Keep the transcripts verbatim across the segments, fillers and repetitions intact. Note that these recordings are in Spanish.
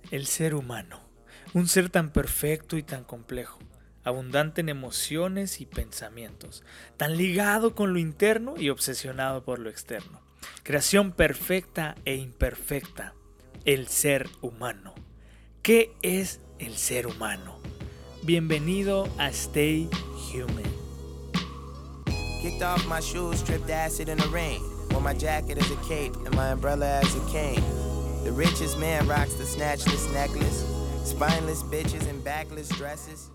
El ser humano, un ser tan perfecto y tan complejo, abundante en emociones y pensamientos, tan ligado con lo interno y obsesionado por lo externo. Creación perfecta e imperfecta, el ser humano. ¿Qué es el ser humano? Bienvenido a Stay Human. Kicked off my shoes, stripped acid in the rain. Wore my jacket as a cape and my umbrella as a cane. The richest man rocks the snatchless necklace. Spineless bitches and backless dresses.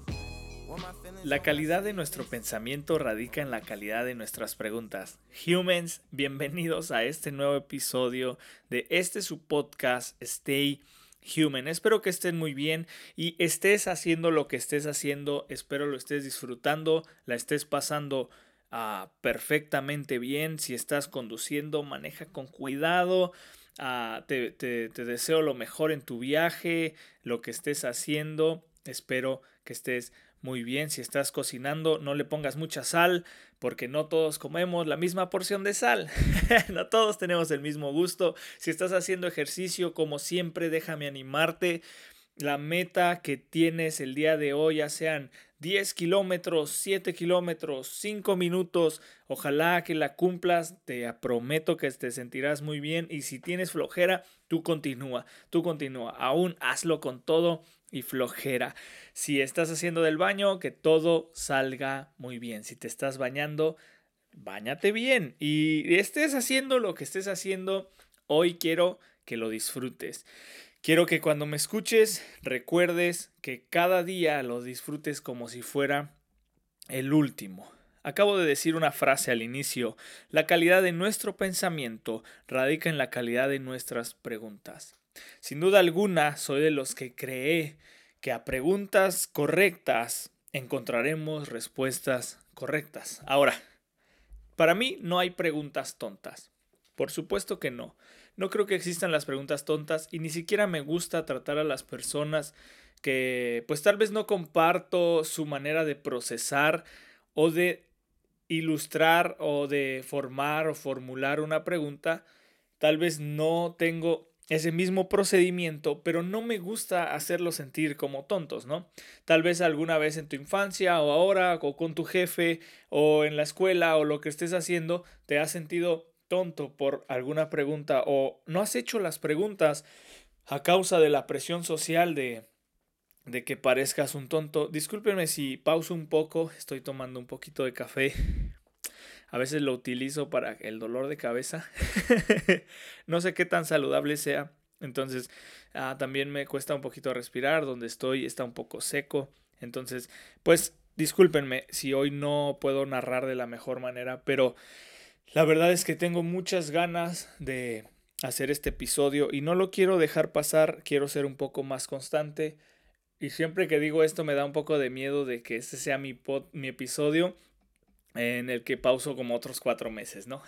La calidad de nuestro pensamiento radica en la calidad de nuestras preguntas. Humans, bienvenidos a este nuevo episodio de este su podcast Stay Human. Espero que estén muy bien y estés haciendo lo que estés haciendo. Espero lo estés disfrutando, la estés pasando uh, perfectamente bien. Si estás conduciendo, maneja con cuidado. Uh, te, te, te deseo lo mejor en tu viaje, lo que estés haciendo. Espero que estés muy bien. Si estás cocinando, no le pongas mucha sal, porque no todos comemos la misma porción de sal. No todos tenemos el mismo gusto. Si estás haciendo ejercicio, como siempre, déjame animarte. La meta que tienes el día de hoy, ya sean diez kilómetros, siete kilómetros, cinco minutos, ojalá que la cumplas, te prometo que te sentirás muy bien. Y si tienes flojera, tú continúa, tú continúa, aún hazlo con todo y flojera. Si estás haciendo del baño, que todo salga muy bien. Si te estás bañando, báñate bien. Y estés haciendo lo que estés haciendo, hoy quiero que lo disfrutes. Quiero que cuando me escuches recuerdes que cada día lo disfrutes como si fuera el último. Acabo de decir una frase al inicio. La calidad de nuestro pensamiento radica en la calidad de nuestras preguntas. Sin duda alguna, soy de los que cree que a preguntas correctas encontraremos respuestas correctas. Ahora, para mí no hay preguntas tontas. Por supuesto que no. No creo que existan las preguntas tontas y ni siquiera me gusta tratar a las personas que pues tal vez no comparto su manera de procesar o de ilustrar o de formar o formular una pregunta. Tal vez no tengo ese mismo procedimiento, pero no me gusta hacerlos sentir como tontos, ¿no? Tal vez alguna vez en tu infancia o ahora o con tu jefe o en la escuela o lo que estés haciendo te has sentido tonto por alguna pregunta o no has hecho las preguntas a causa de la presión social de, de que parezcas un tonto. Discúlpenme si pauso un poco, estoy tomando un poquito de café. A veces lo utilizo para el dolor de cabeza. No sé qué tan saludable sea. Entonces uh, también me cuesta un poquito respirar. Donde estoy está un poco seco. Entonces pues discúlpenme si hoy no puedo narrar de la mejor manera. Pero la verdad es que tengo muchas ganas de hacer este episodio. Y no lo quiero dejar pasar. Quiero ser un poco más constante. Y siempre que digo esto me da un poco de miedo de que este sea mi, pod, mi episodio en el que pauso como otros cuatro meses, ¿no?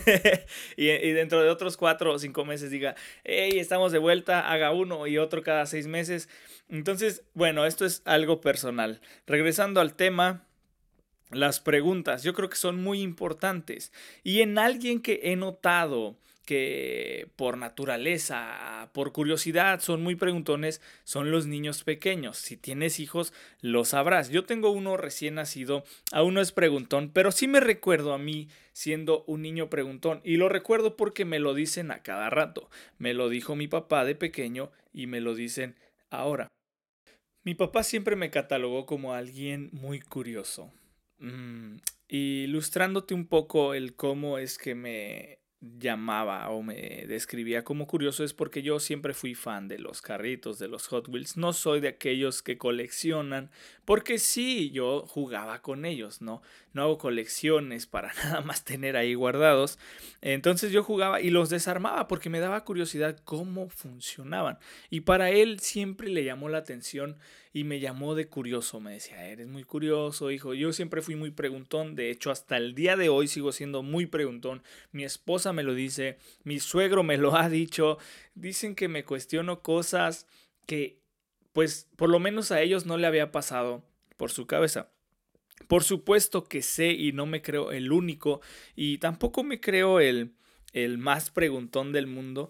y, y dentro de otros cuatro o cinco meses diga, hey, estamos de vuelta, haga uno y otro cada seis meses. Entonces, bueno, esto es algo personal. Regresando al tema, las preguntas, yo creo que son muy importantes. Y en alguien que he notado que por naturaleza, por curiosidad, son muy preguntones, son los niños pequeños. Si tienes hijos, lo sabrás. Yo tengo uno recién nacido, aún no es preguntón, pero sí me recuerdo a mí siendo un niño preguntón. Y lo recuerdo porque me lo dicen a cada rato. Me lo dijo mi papá de pequeño y me lo dicen ahora. Mi papá siempre me catalogó como alguien muy curioso. Mm, ilustrándote un poco el cómo es que me llamaba o me describía como curioso es porque yo siempre fui fan de los carritos, de los Hot Wheels. No soy de aquellos que coleccionan, porque sí, yo jugaba con ellos, ¿no? No hago colecciones para nada más tener ahí guardados. Entonces yo jugaba y los desarmaba porque me daba curiosidad cómo funcionaban. Y para él siempre le llamó la atención y me llamó de curioso. Me decía, eres muy curioso, hijo. Yo siempre fui muy preguntón. De hecho, hasta el día de hoy sigo siendo muy preguntón. Mi esposa me lo dice, mi suegro me lo ha dicho. Dicen que me cuestiono cosas que, pues, por lo menos a ellos no le había pasado por su cabeza. Por supuesto que sé y no me creo el único y tampoco me creo el, el más preguntón del mundo,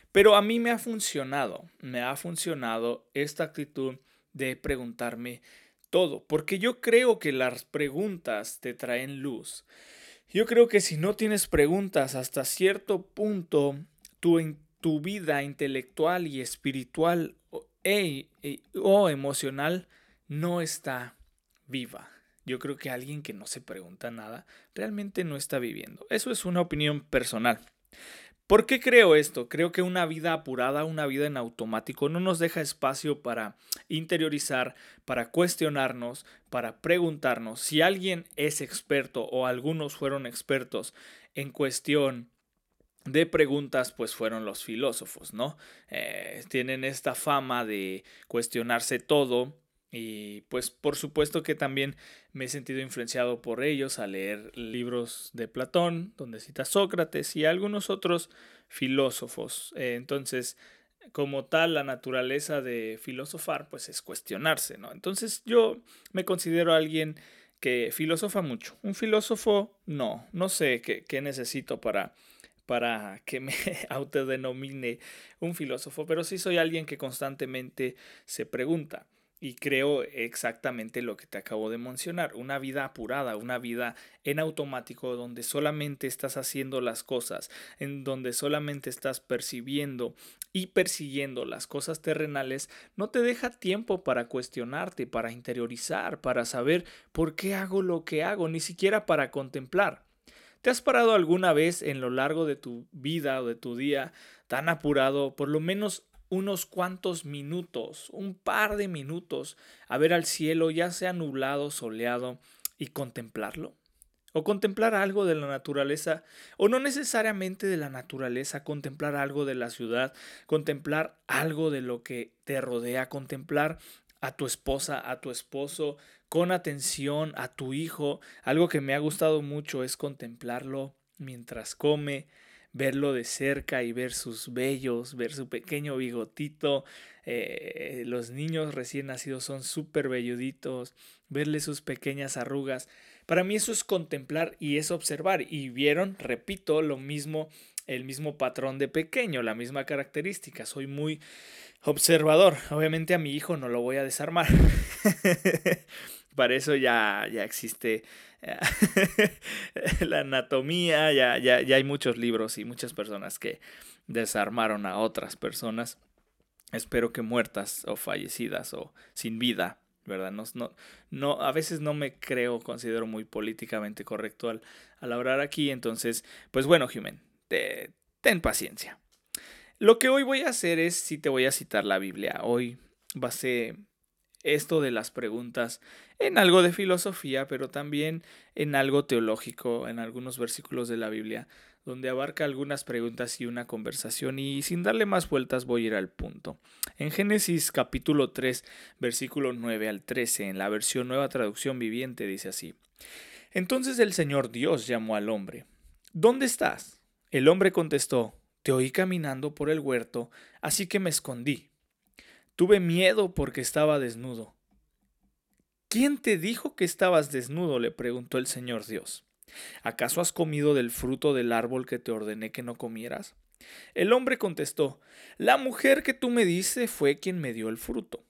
Pero a mí me ha funcionado, me ha funcionado esta actitud de preguntarme todo, porque yo creo que las preguntas te traen luz. Yo creo que si no tienes preguntas hasta cierto punto, tu, in- tu vida intelectual y espiritual o, e- e- o emocional no está viva. Yo creo que alguien que no se pregunta nada realmente no está viviendo. Eso es una opinión personal. ¿Por qué creo esto? Creo que una vida apurada, una vida en automático, no nos deja espacio para interiorizar, para cuestionarnos, para preguntarnos. Si alguien es experto o algunos fueron expertos en cuestión de preguntas, pues fueron los filósofos, ¿no? Eh, tienen esta fama de cuestionarse todo. Y pues por supuesto que también me he sentido influenciado por ellos a leer libros de Platón, donde cita Sócrates y algunos otros filósofos. Eh, entonces, como tal, la naturaleza de filosofar, pues es cuestionarse, ¿no? Entonces yo me considero alguien que filosofa mucho. Un filósofo, no, no sé qué, qué necesito para para que me autodenomine un filósofo, pero sí soy alguien que constantemente se pregunta. Y creo exactamente lo que te acabo de mencionar, una vida apurada, una vida en automático donde solamente estás haciendo las cosas, en donde solamente estás percibiendo y persiguiendo las cosas terrenales, no te deja tiempo para cuestionarte, para interiorizar, para saber por qué hago lo que hago, ni siquiera para contemplar. ¿Te has parado alguna vez en lo largo de tu vida o de tu día tan apurado, por lo menos unos cuantos minutos, un par de minutos, a ver al cielo, ya sea nublado, soleado, y contemplarlo? O contemplar algo de la naturaleza, o no necesariamente de la naturaleza, contemplar algo de la ciudad, contemplar algo de lo que te rodea, contemplar a tu esposa, a tu esposo, con atención, a tu hijo. Algo que me ha gustado mucho es contemplarlo mientras come, verlo de cerca y ver sus vellos, ver su pequeño bigotito. Eh, los niños recién nacidos son súper velluditos, verle sus pequeñas arrugas. Para mí eso es contemplar y es observar. Y vieron, repito, lo mismo, el mismo patrón de pequeño, la misma característica. Soy muy observador. Obviamente a mi hijo no lo voy a desarmar. Para eso ya, ya existe eh, la anatomía, ya, ya, ya hay muchos libros y muchas personas que desarmaron a otras personas. Espero que muertas o fallecidas o sin vida, ¿verdad? No, no, no, a veces no me creo, considero muy políticamente correcto al, al hablar aquí. Entonces, pues bueno, Human, te, ten paciencia. Lo que hoy voy a hacer es, sí te voy a citar la Biblia. Hoy basé esto de las preguntas en algo de filosofía, pero también en algo teológico, en algunos versículos de la Biblia, donde abarca algunas preguntas y una conversación, y sin darle más vueltas voy a ir al punto. En Génesis capítulo tres, versículo nueve al trece, en la versión Nueva Traducción Viviente, dice así: Entonces el Señor Dios llamó al hombre. ¿Dónde estás? El hombre contestó: Te oí caminando por el huerto, así que me escondí. Tuve miedo porque estaba desnudo. ¿Quién te dijo que estabas desnudo?, le preguntó el Señor Dios. ¿Acaso has comido del fruto del árbol que te ordené que no comieras? El hombre contestó: La mujer que tú me diste fue quien me dio el fruto,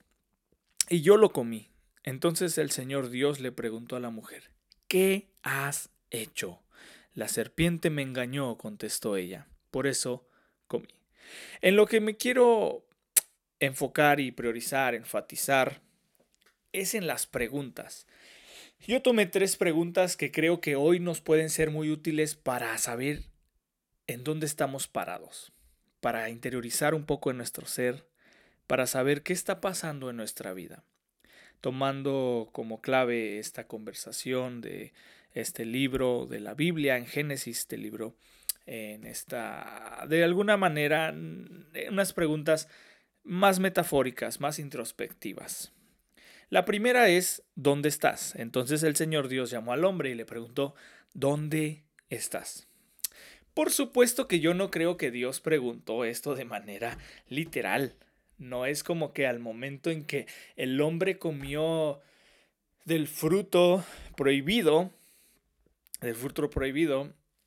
y yo lo comí. Entonces el Señor Dios le preguntó a la mujer: ¿Qué has hecho? La serpiente me engañó, contestó ella. Por eso comí. En lo que me quiero enfocar y priorizar, enfatizar, es en las preguntas. Yo tomé tres preguntas que creo que hoy nos pueden ser muy útiles para saber en dónde estamos parados, para interiorizar un poco en nuestro ser, para saber qué está pasando en nuestra vida. Tomando como clave esta conversación de este libro de la Biblia, en Génesis, este libro, en esta, de alguna manera, unas preguntas más metafóricas, más introspectivas. La primera es: ¿dónde estás? Entonces el Señor Dios llamó al hombre y le preguntó: ¿dónde estás? Por supuesto que yo no creo que Dios preguntó esto de manera literal. No es como que al momento en que el hombre comió del fruto prohibido, del fruto prohibido,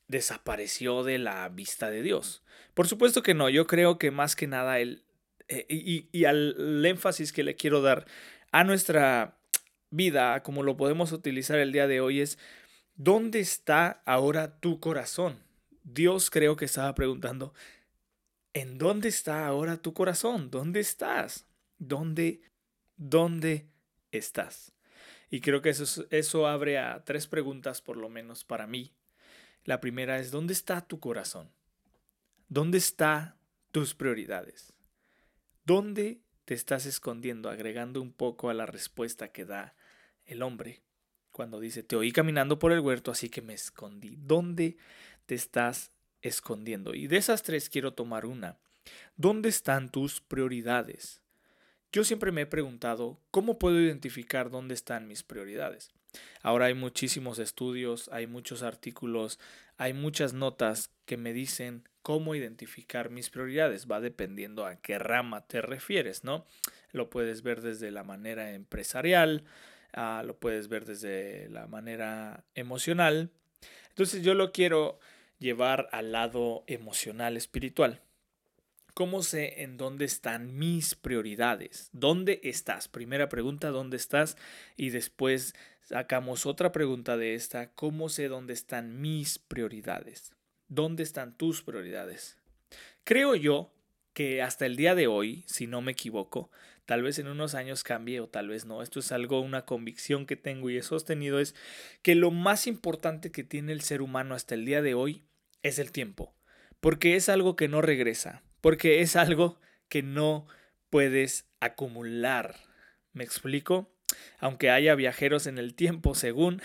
desapareció de la vista de Dios. Por supuesto que no, yo creo que más que nada el, eh, y, y al el énfasis que le quiero dar a nuestra vida, como lo podemos utilizar el día de hoy, es ¿dónde está ahora tu corazón? Dios creo que estaba preguntando, ¿en dónde está ahora tu corazón? ¿Dónde estás? ¿Dónde, dónde estás? Y creo que eso, eso abre a tres preguntas por lo menos para mí. La primera es, ¿dónde está tu corazón? ¿Dónde están tus prioridades? ¿Dónde te estás escondiendo? Agregando un poco a la respuesta que da el hombre cuando dice, te oí caminando por el huerto, así que me escondí. ¿Dónde te estás escondiendo? Y de esas tres quiero tomar una. ¿Dónde están tus prioridades? Yo siempre me he preguntado, ¿cómo puedo identificar dónde están mis prioridades? Ahora hay muchísimos estudios, hay muchos artículos, hay muchas notas que me dicen cómo identificar mis prioridades. Va dependiendo a qué rama te refieres, ¿no? Lo puedes ver desde la manera empresarial, uh, lo puedes ver desde la manera emocional. Entonces yo lo quiero llevar al lado emocional, espiritual. ¿Cómo sé en dónde están mis prioridades? ¿Dónde estás? Primera pregunta, ¿dónde estás? Y después sacamos otra pregunta de esta, ¿cómo sé dónde están mis prioridades? ¿Dónde están tus prioridades? Creo yo que hasta el día de hoy, si no me equivoco, tal vez en unos años cambie o tal vez no, esto es algo, una convicción que tengo y he sostenido, es que lo más importante que tiene el ser humano hasta el día de hoy es el tiempo, porque es algo que no regresa. Porque es algo que no puedes acumular. ¿Me explico? Aunque haya viajeros en el tiempo, según.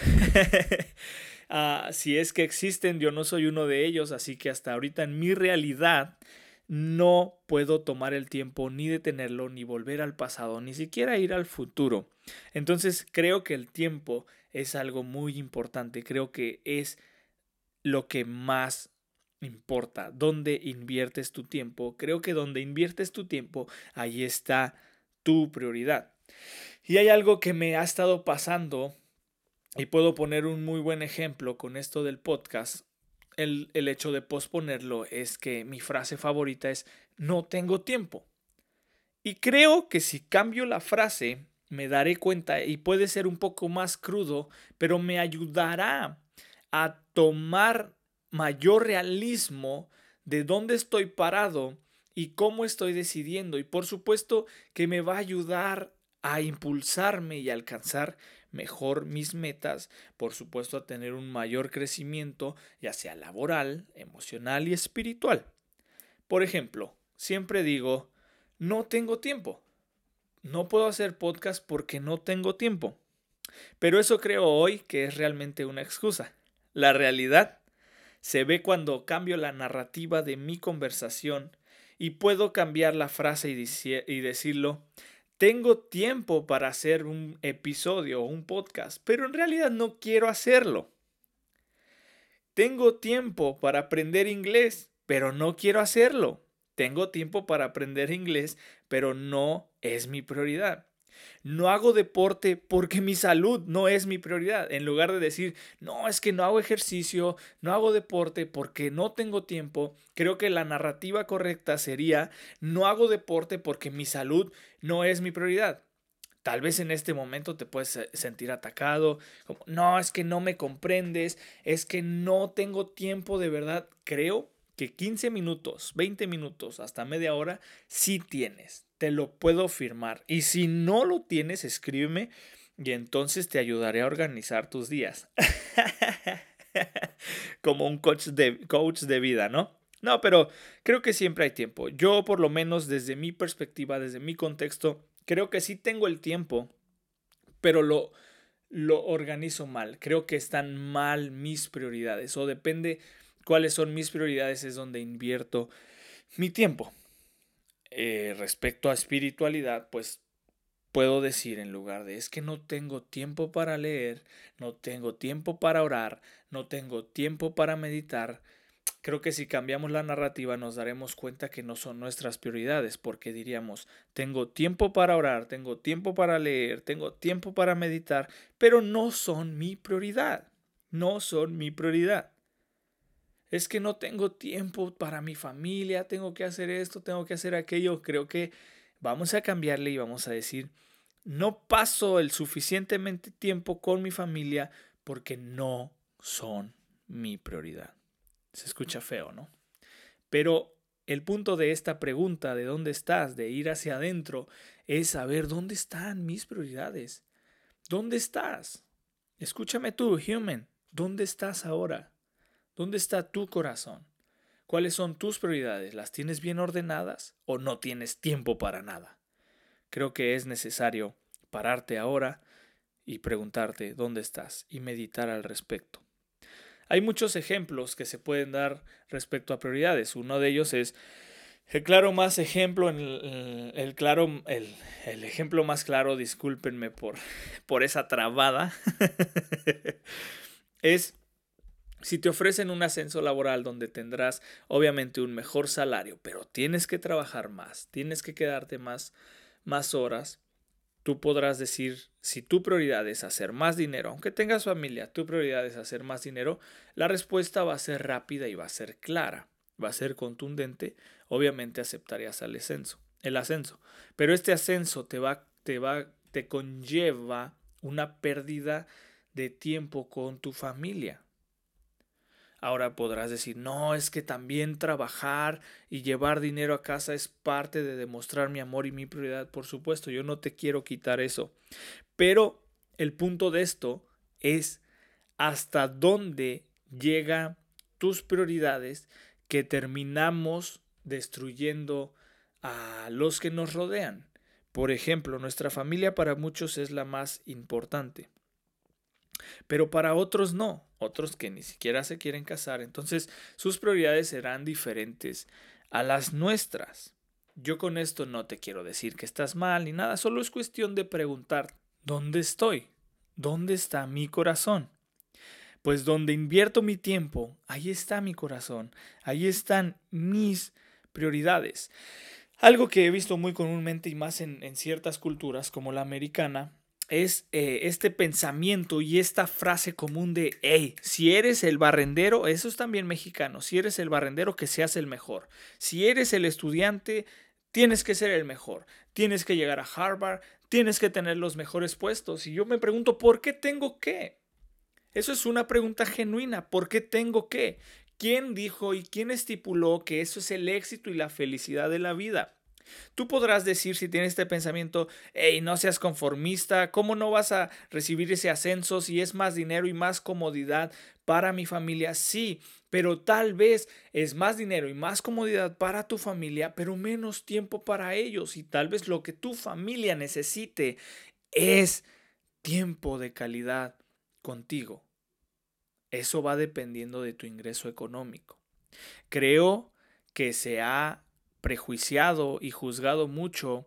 uh, si es que existen, yo no soy uno de ellos. Así que hasta ahorita en mi realidad no puedo tomar el tiempo, ni detenerlo, ni volver al pasado, ni siquiera ir al futuro. Entonces creo que el tiempo es algo muy importante. Creo que es lo que más importa. ¿Dónde inviertes tu tiempo? Creo que donde inviertes tu tiempo, ahí está tu prioridad. Y hay algo que me ha estado pasando y puedo poner un muy buen ejemplo con esto del podcast. El, el hecho de posponerlo es que mi frase favorita es no tengo tiempo. Y creo que si cambio la frase me daré cuenta y puede ser un poco más crudo, pero me ayudará a tomar mayor realismo de dónde estoy parado y cómo estoy decidiendo. Y por supuesto que me va a ayudar a impulsarme y a alcanzar mejor mis metas. Por supuesto a tener un mayor crecimiento, ya sea laboral, emocional y espiritual. Por ejemplo, siempre digo, no tengo tiempo. No puedo hacer podcast porque no tengo tiempo. Pero eso creo hoy que es realmente una excusa. La realidad se ve cuando cambio la narrativa de mi conversación y puedo cambiar la frase y, deci- y decirlo, tengo tiempo para hacer un episodio o un podcast, pero en realidad no quiero hacerlo. Tengo tiempo para aprender inglés, pero no quiero hacerlo. Tengo tiempo para aprender inglés, pero no es mi prioridad. No hago deporte porque mi salud no es mi prioridad. En lugar de decir, no, es que no hago ejercicio, no hago deporte porque no tengo tiempo, creo que la narrativa correcta sería, no hago deporte porque mi salud no es mi prioridad. Tal vez en este momento te puedes sentir atacado, como, no, es que no me comprendes, es que no tengo tiempo de verdad. Creo que quince minutos, veinte minutos, hasta media hora, sí tienes. Te lo puedo firmar. Y si no lo tienes, escríbeme y entonces te ayudaré a organizar tus días. Como un coach de, coach de vida, ¿no? No, pero creo que siempre hay tiempo. Yo, por lo menos desde mi perspectiva, desde mi contexto, creo que sí tengo el tiempo, pero lo, lo organizo mal. Creo que están mal mis prioridades. O depende cuáles son mis prioridades, es donde invierto mi tiempo. Eh, respecto a espiritualidad, pues puedo decir en lugar de es que no tengo tiempo para leer, no tengo tiempo para orar, no tengo tiempo para meditar. Creo que si cambiamos la narrativa nos daremos cuenta que no son nuestras prioridades, porque diríamos, tengo tiempo para orar, tengo tiempo para leer, tengo tiempo para meditar, pero no son mi prioridad, no son mi prioridad. Es que no tengo tiempo para mi familia, tengo que hacer esto, tengo que hacer aquello. Creo que vamos a cambiarle y vamos a decir, no paso el suficientemente tiempo con mi familia porque no son mi prioridad. Se escucha feo, ¿no? Pero el punto de esta pregunta, de dónde estás, de ir hacia adentro, es saber dónde están mis prioridades. ¿Dónde estás? Escúchame tú, human. ¿Dónde estás ahora? ¿Dónde está tu corazón? ¿Cuáles son tus prioridades? ¿Las tienes bien ordenadas o no tienes tiempo para nada? Creo que es necesario pararte ahora y preguntarte dónde estás y meditar al respecto. Hay muchos ejemplos que se pueden dar respecto a prioridades. Uno de ellos es el claro más ejemplo, el, el, claro, el, el ejemplo más claro, discúlpenme por, por esa trabada, es si te ofrecen un ascenso laboral donde tendrás obviamente un mejor salario, pero tienes que trabajar más, tienes que quedarte más, más horas. Tú podrás decir, si tu prioridad es hacer más dinero, aunque tengas familia, tu prioridad es hacer más dinero, la respuesta va a ser rápida y va a ser clara, va a ser contundente. Obviamente aceptarías el ascenso, el ascenso, pero este ascenso te va, te va, te conlleva una pérdida de tiempo con tu familia. Ahora podrás decir, no, es que también trabajar y llevar dinero a casa es parte de demostrar mi amor y mi prioridad. Por supuesto, yo no te quiero quitar eso. Pero el punto de esto es hasta dónde llegan tus prioridades que terminamos destruyendo a los que nos rodean. Por ejemplo, nuestra familia para muchos es la más importante. Pero para otros no, otros que ni siquiera se quieren casar, entonces sus prioridades serán diferentes a las nuestras. Yo con esto no te quiero decir que estás mal ni nada, solo es cuestión de preguntar, ¿dónde estoy? ¿Dónde está mi corazón? Pues donde invierto mi tiempo, ahí está mi corazón, ahí están mis prioridades. Algo que he visto muy comúnmente y más en, en ciertas culturas como la americana, es eh, este pensamiento y esta frase común de, hey, si eres el barrendero, eso es también mexicano, si eres el barrendero, que seas el mejor. Si eres el estudiante, tienes que ser el mejor. Tienes que llegar a Harvard, tienes que tener los mejores puestos. Y yo me pregunto, ¿por qué tengo que? Eso es una pregunta genuina, ¿por qué tengo que? ¿Quién dijo y quién estipuló que eso es el éxito y la felicidad de la vida? Tú podrás decir, si tienes este pensamiento, hey, no seas conformista, ¿cómo no vas a recibir ese ascenso si es más dinero y más comodidad para mi familia? Sí, pero tal vez es más dinero y más comodidad para tu familia, pero menos tiempo para ellos. Y tal vez lo que tu familia necesite es tiempo de calidad contigo. Eso va dependiendo de tu ingreso económico. Creo que se ha prejuiciado y juzgado mucho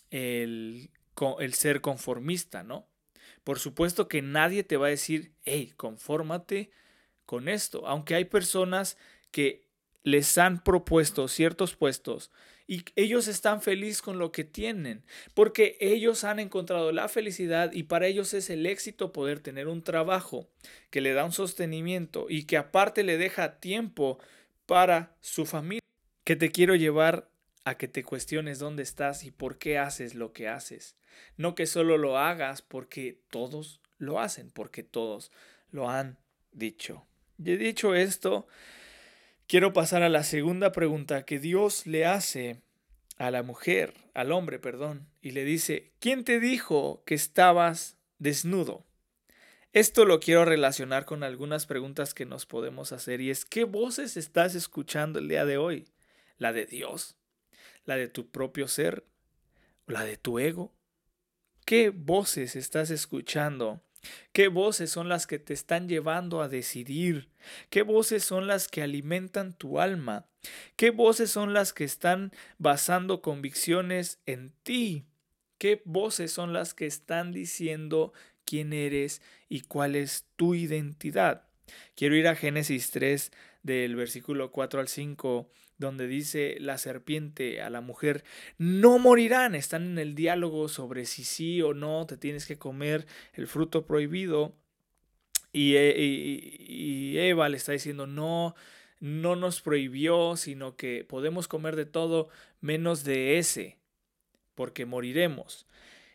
el, el ser conformista, ¿no? Por supuesto que nadie te va a decir, hey, confórmate con esto, aunque hay personas que les han propuesto ciertos puestos y ellos están felices con lo que tienen, porque ellos han encontrado la felicidad y para ellos es el éxito poder tener un trabajo que le da un sostenimiento y que aparte le deja tiempo para su familia. Que te quiero llevar a que te cuestiones dónde estás y por qué haces lo que haces. No que solo lo hagas porque todos lo hacen, porque todos lo han dicho. Y he dicho esto, quiero pasar a la segunda pregunta que Dios le hace a la mujer, al hombre, perdón, y le dice, ¿quién te dijo que estabas desnudo? Esto lo quiero relacionar con algunas preguntas que nos podemos hacer y es, ¿qué voces estás escuchando el día de hoy? ¿La de Dios? ¿La de tu propio ser? ¿La de tu ego? ¿Qué voces estás escuchando? ¿Qué voces son las que te están llevando a decidir? ¿Qué voces son las que alimentan tu alma? ¿Qué voces son las que están basando convicciones en ti? ¿Qué voces son las que están diciendo quién eres y cuál es tu identidad? Quiero ir a Génesis tres del versículo cuatro al cinco, donde dice la serpiente a la mujer, no morirán. Están en el diálogo sobre si sí o no te tienes que comer el fruto prohibido. Y, y, y Eva le está diciendo, no, no nos prohibió, sino que podemos comer de todo menos de ese, porque moriremos.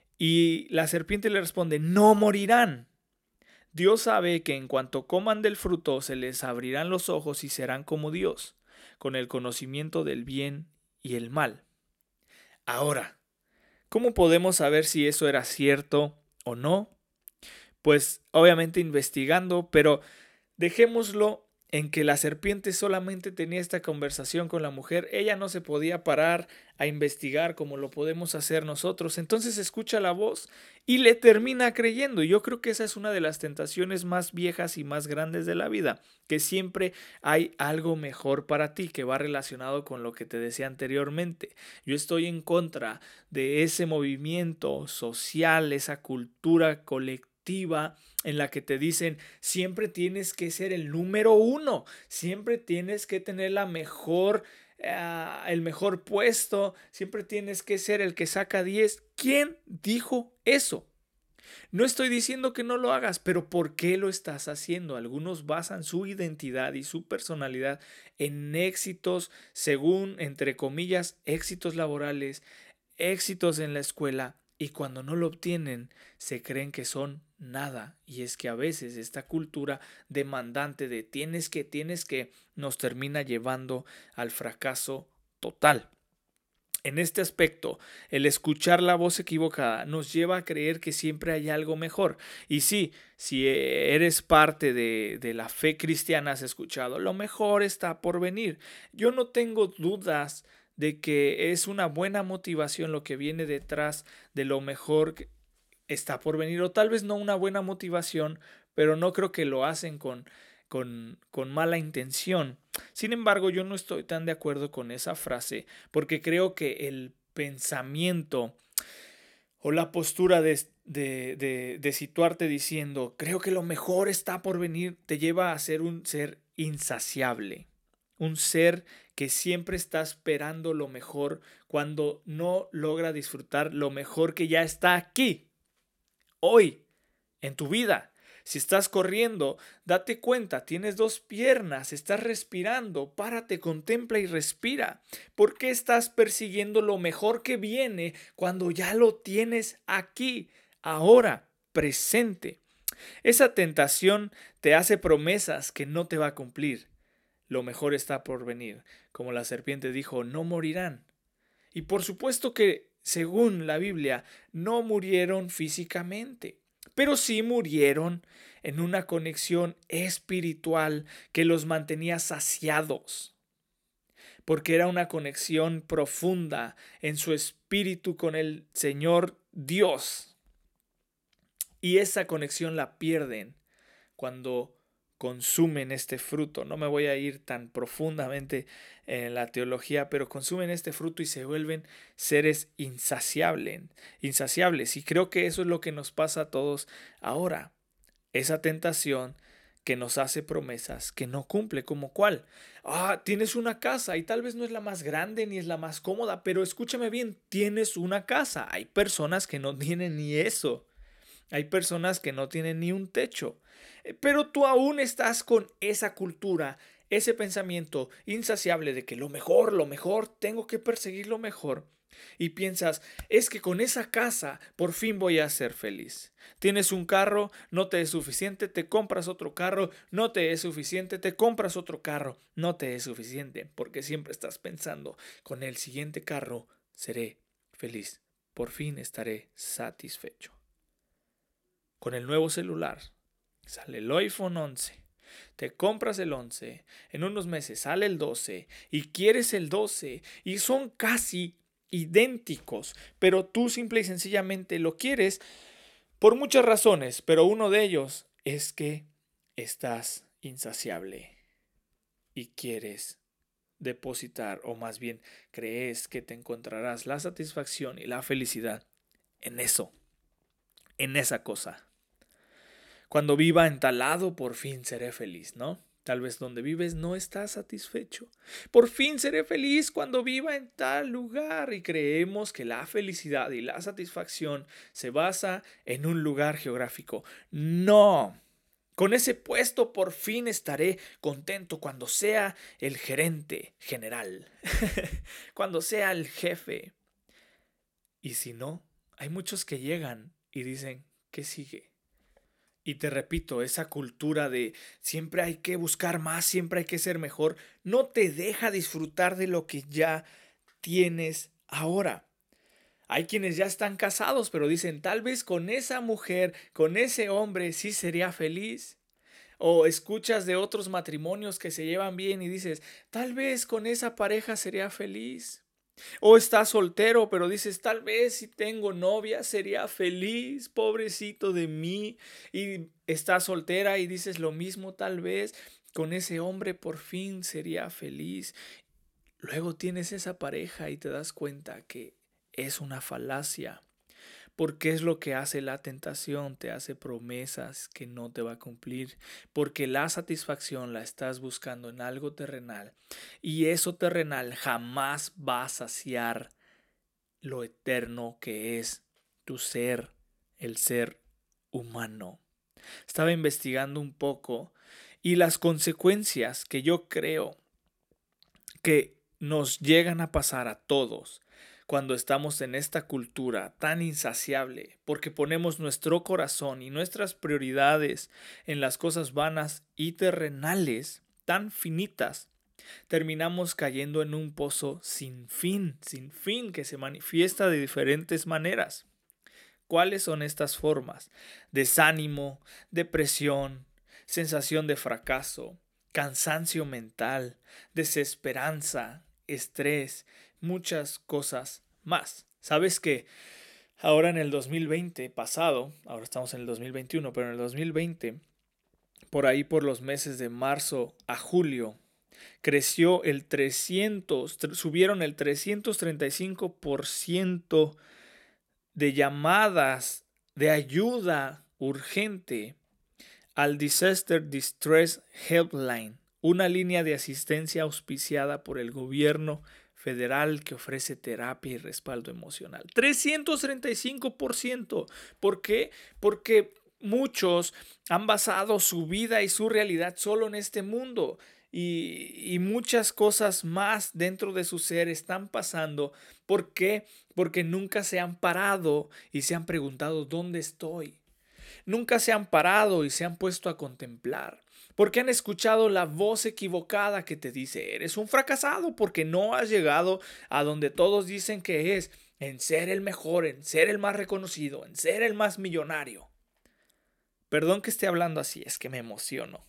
Y la serpiente le responde, no morirán. Dios sabe que en cuanto coman del fruto se les abrirán los ojos y serán como Dios, con el conocimiento del bien y el mal. Ahora, ¿cómo podemos saber si eso era cierto o no? Pues obviamente investigando, pero dejémoslo en que la serpiente solamente tenía esta conversación con la mujer. Ella no se podía parar a investigar como lo podemos hacer nosotros. Entonces escucha la voz y le termina creyendo. Yo creo que esa es una de las tentaciones más viejas y más grandes de la vida, que siempre hay algo mejor para ti, que va relacionado con lo que te decía anteriormente. Yo estoy en contra de ese movimiento social, esa cultura colectiva en la que te dicen siempre tienes que ser el número uno, siempre tienes que tener la mejor, uh, el mejor puesto, siempre tienes que ser el que saca diez. ¿Quién dijo eso? No estoy diciendo que no lo hagas, pero ¿por qué lo estás haciendo? Algunos basan su identidad y su personalidad en éxitos, según, entre comillas, éxitos laborales, éxitos en la escuela, y cuando no lo obtienen, se creen que son nada. Y es que a veces esta cultura demandante de tienes que, tienes que, nos termina llevando al fracaso total. En este aspecto, el escuchar la voz equivocada nos lleva a creer que siempre hay algo mejor. Y sí, si eres parte de, de la fe cristiana, has escuchado, lo mejor está por venir. Yo no tengo dudas de que es una buena motivación lo que viene detrás de lo mejor que está por venir, o tal vez no una buena motivación, pero no creo que lo hacen con, con, con mala intención. Sin embargo, yo no estoy tan de acuerdo con esa frase, porque creo que el pensamiento o la postura de, de, de, de situarte diciendo creo que lo mejor está por venir te lleva a ser un ser insaciable. Un ser que siempre está esperando lo mejor cuando no logra disfrutar lo mejor que ya está aquí, hoy, en tu vida. Si estás corriendo, date cuenta, tienes dos piernas, estás respirando, párate, contempla y respira. ¿Por qué estás persiguiendo lo mejor que viene cuando ya lo tienes aquí, ahora, presente? Esa tentación te hace promesas que no te va a cumplir. Lo mejor está por venir. Como la serpiente dijo, no morirán. Y por supuesto que, según la Biblia, no murieron físicamente, pero sí murieron en una conexión espiritual que los mantenía saciados, porque era una conexión profunda en su espíritu con el Señor Dios. Y esa conexión la pierden cuando consumen este fruto. No me voy a ir tan profundamente en la teología, pero consumen este fruto y se vuelven seres insaciables, insaciables. Y creo que eso es lo que nos pasa a todos ahora. Esa tentación que nos hace promesas que no cumple, como cuál. Ah, tienes una casa y tal vez no es la más grande ni es la más cómoda, pero escúchame bien, tienes una casa. Hay personas que no tienen ni eso. Hay personas que no tienen ni un techo, pero tú aún estás con esa cultura, ese pensamiento insaciable de que lo mejor, lo mejor, tengo que perseguir lo mejor. Y piensas, es que con esa casa por fin voy a ser feliz. Tienes un carro, no te es suficiente, te compras otro carro, no te es suficiente, te compras otro carro, no te es suficiente, porque siempre estás pensando, con el siguiente carro seré feliz, por fin estaré satisfecho. Con el nuevo celular sale el iPhone once, te compras el once, en unos meses sale el doce y quieres el doce y son casi idénticos, pero tú simple y sencillamente lo quieres por muchas razones, pero uno de ellos es que estás insaciable y quieres depositar, o más bien crees que te encontrarás la satisfacción y la felicidad en eso, en esa cosa. Cuando viva en tal lado, por fin seré feliz, ¿no? Tal vez donde vives no estás satisfecho. Por fin seré feliz cuando viva en tal lugar. Y creemos que la felicidad y la satisfacción se basa en un lugar geográfico. No, Con ese puesto por fin estaré contento cuando sea el gerente general, cuando sea el jefe. Y si no, hay muchos que llegan y dicen, ¿qué sigue? Y te repito, esa cultura de siempre hay que buscar más, siempre hay que ser mejor, no te deja disfrutar de lo que ya tienes ahora. Hay quienes ya están casados, pero dicen, tal vez con esa mujer, con ese hombre, sí sería feliz. O escuchas de otros matrimonios que se llevan bien y dices, tal vez con esa pareja sería feliz. O estás soltero, pero dices, tal vez si tengo novia sería feliz, pobrecito de mí. Y estás soltera y dices lo mismo, tal vez con ese hombre por fin sería feliz. Luego tienes esa pareja y te das cuenta que es una falacia. Porque es lo que hace la tentación, te hace promesas que no te va a cumplir, porque la satisfacción la estás buscando en algo terrenal y eso terrenal jamás va a saciar lo eterno que es tu ser, el ser humano. Estaba investigando un poco y las consecuencias que yo creo que nos llegan a pasar a todos cuando estamos en esta cultura tan insaciable, porque ponemos nuestro corazón y nuestras prioridades en las cosas vanas y terrenales, tan finitas, terminamos cayendo en un pozo sin fin, sin fin, que se manifiesta de diferentes maneras. ¿Cuáles son estas formas? Desánimo, depresión, sensación de fracaso, cansancio mental, desesperanza, estrés, muchas cosas más. ¿Sabes qué? Ahora en el dos mil veinte pasado, ahora estamos en el dos mil veintiuno, pero en el dos mil veinte, por ahí por los meses de marzo a julio, creció el trescientos, subieron el trescientos treinta y cinco por ciento de llamadas de ayuda urgente al Disaster Distress Helpline, una línea de asistencia auspiciada por el gobierno federal que ofrece terapia y respaldo emocional. trescientos treinta y cinco por ciento. ¿Por qué? Porque muchos han basado su vida y su realidad solo en este mundo. Y, y muchas cosas más dentro de su ser están pasando. ¿Por qué? Porque nunca se han parado y se han preguntado ¿dónde estoy? Nunca se han parado y se han puesto a contemplar. Porque han escuchado la voz equivocada que te dice eres un fracasado porque no has llegado a donde todos dicen que es, en ser el mejor, en ser el más reconocido, en ser el más millonario. Perdón que esté hablando así, es que me emociono.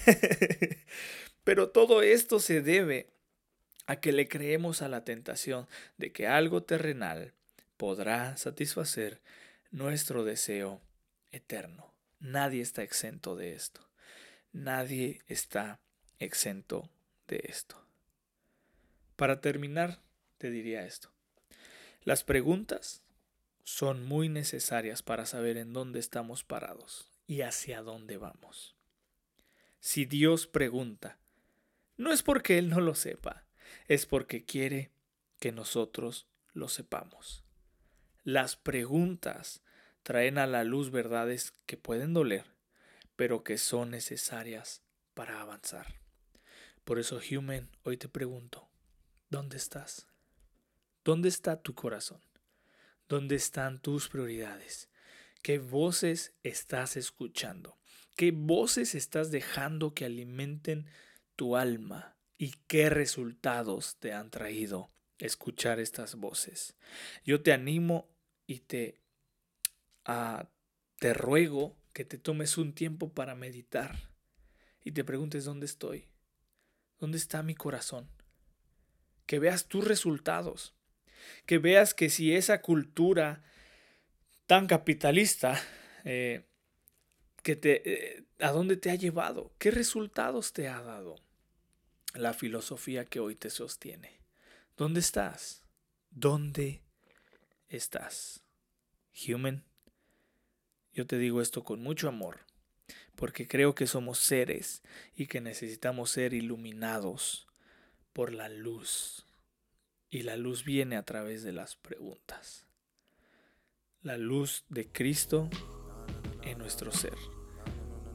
Pero todo esto se debe a que le creemos a la tentación de que algo terrenal podrá satisfacer nuestro deseo eterno. Nadie está exento de esto. Nadie está exento de esto. Para terminar, te diría esto. Las preguntas son muy necesarias para saber en dónde estamos parados y hacia dónde vamos. Si Dios pregunta, no es porque Él no lo sepa, es porque quiere que nosotros lo sepamos. Las preguntas traen a la luz verdades que pueden doler, pero que son necesarias para avanzar. Por eso, Human, hoy te pregunto, ¿dónde estás? ¿Dónde está tu corazón? ¿Dónde están tus prioridades? ¿Qué voces estás escuchando? ¿Qué voces estás dejando que alimenten tu alma? ¿Y qué resultados te han traído escuchar estas voces? Yo te animo y te, uh, te ruego que te tomes un tiempo para meditar y te preguntes dónde estoy, dónde está mi corazón. Que veas tus resultados, que veas que si esa cultura tan capitalista, eh, que te, eh, ¿a dónde te ha llevado? ¿Qué resultados te ha dado la filosofía que hoy te sostiene? ¿Dónde estás? ¿Dónde estás? Human, yo te digo esto con mucho amor, porque creo que somos seres y que necesitamos ser iluminados por la luz. Y la luz viene a través de las preguntas. La luz de Cristo en nuestro ser.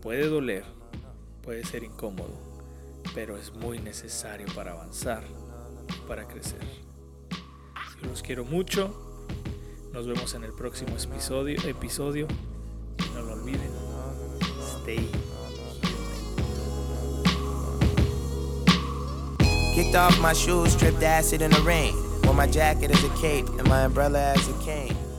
puede doler, puede ser incómodo, pero es muy necesario para avanzar, para crecer. Yo los quiero mucho. Nos vemos en el próximo episodio. episodio. Y no lo olviden. Stay. Kicked off my shoes, stripped acid in the rain. Wore my jacket as a cape and my umbrella as a cane.